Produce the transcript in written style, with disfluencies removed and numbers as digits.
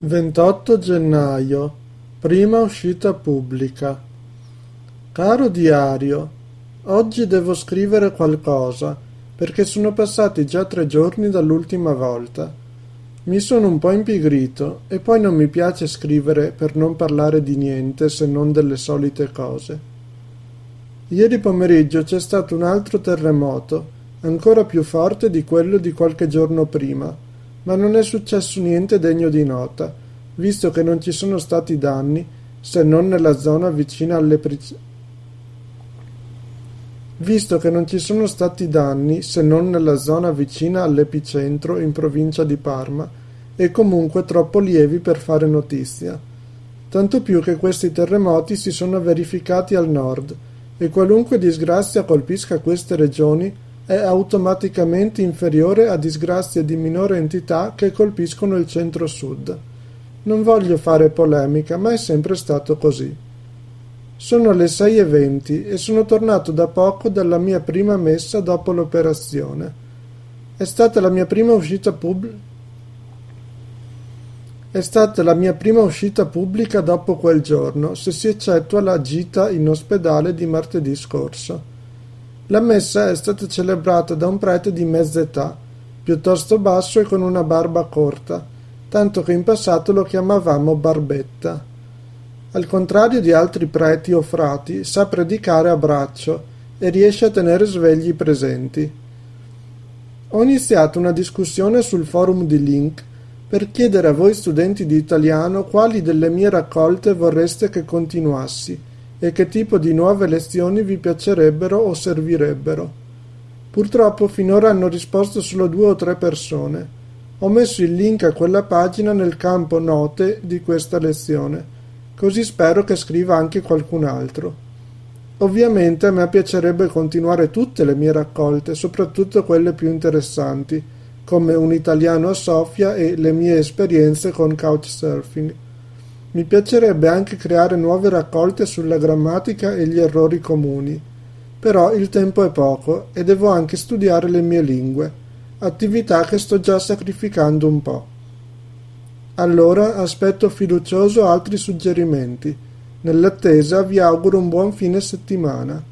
28 gennaio, prima uscita pubblica. Caro diario, oggi devo scrivere qualcosa, perché sono passati già 3 giorni dall'ultima volta. Mi sono un po' impigrito e poi non mi piace scrivere per non parlare di niente se non delle solite cose. Ieri pomeriggio c'è stato un altro terremoto, ancora più forte di quello di qualche giorno prima, ma non è successo niente degno di nota, visto che non ci sono stati danni se non nella zona vicina visto che non ci sono stati danni se non nella zona vicina all'epicentro in provincia di Parma e comunque troppo lievi per fare notizia. Tanto più che questi terremoti si sono verificati al nord e qualunque disgrazia colpisca queste regioni è automaticamente inferiore a disgrazie di minore entità che colpiscono il centro-sud. Non voglio fare polemica, ma è sempre stato così. Sono le 6:20 e sono tornato da poco dalla mia prima messa dopo l'operazione. È stata la mia prima uscita pubblica dopo quel giorno, se si eccettua la gita in ospedale di martedì scorso. La messa è stata celebrata da un prete di mezza età, piuttosto basso e con una barba corta, tanto che in passato lo chiamavamo Barbetta. Al contrario di altri preti o frati, sa predicare a braccio e riesce a tenere svegli i presenti. Ho iniziato una discussione sul forum di Link per chiedere a voi studenti di italiano quali delle mie raccolte vorreste che continuassi e che tipo di nuove lezioni vi piacerebbero o servirebbero. Purtroppo finora hanno risposto solo 2 o 3 persone. Ho messo il link a quella pagina nel campo note di questa lezione, così spero che scriva anche qualcun altro. Ovviamente a me piacerebbe continuare tutte le mie raccolte, soprattutto quelle più interessanti, come un italiano a Sofia e le mie esperienze con Couchsurfing. Mi piacerebbe anche creare nuove raccolte sulla grammatica e gli errori comuni, però il tempo è poco e devo anche studiare le mie lingue, attività che sto già sacrificando un po'. Allora aspetto fiducioso altri suggerimenti. Nell'attesa vi auguro un buon fine settimana.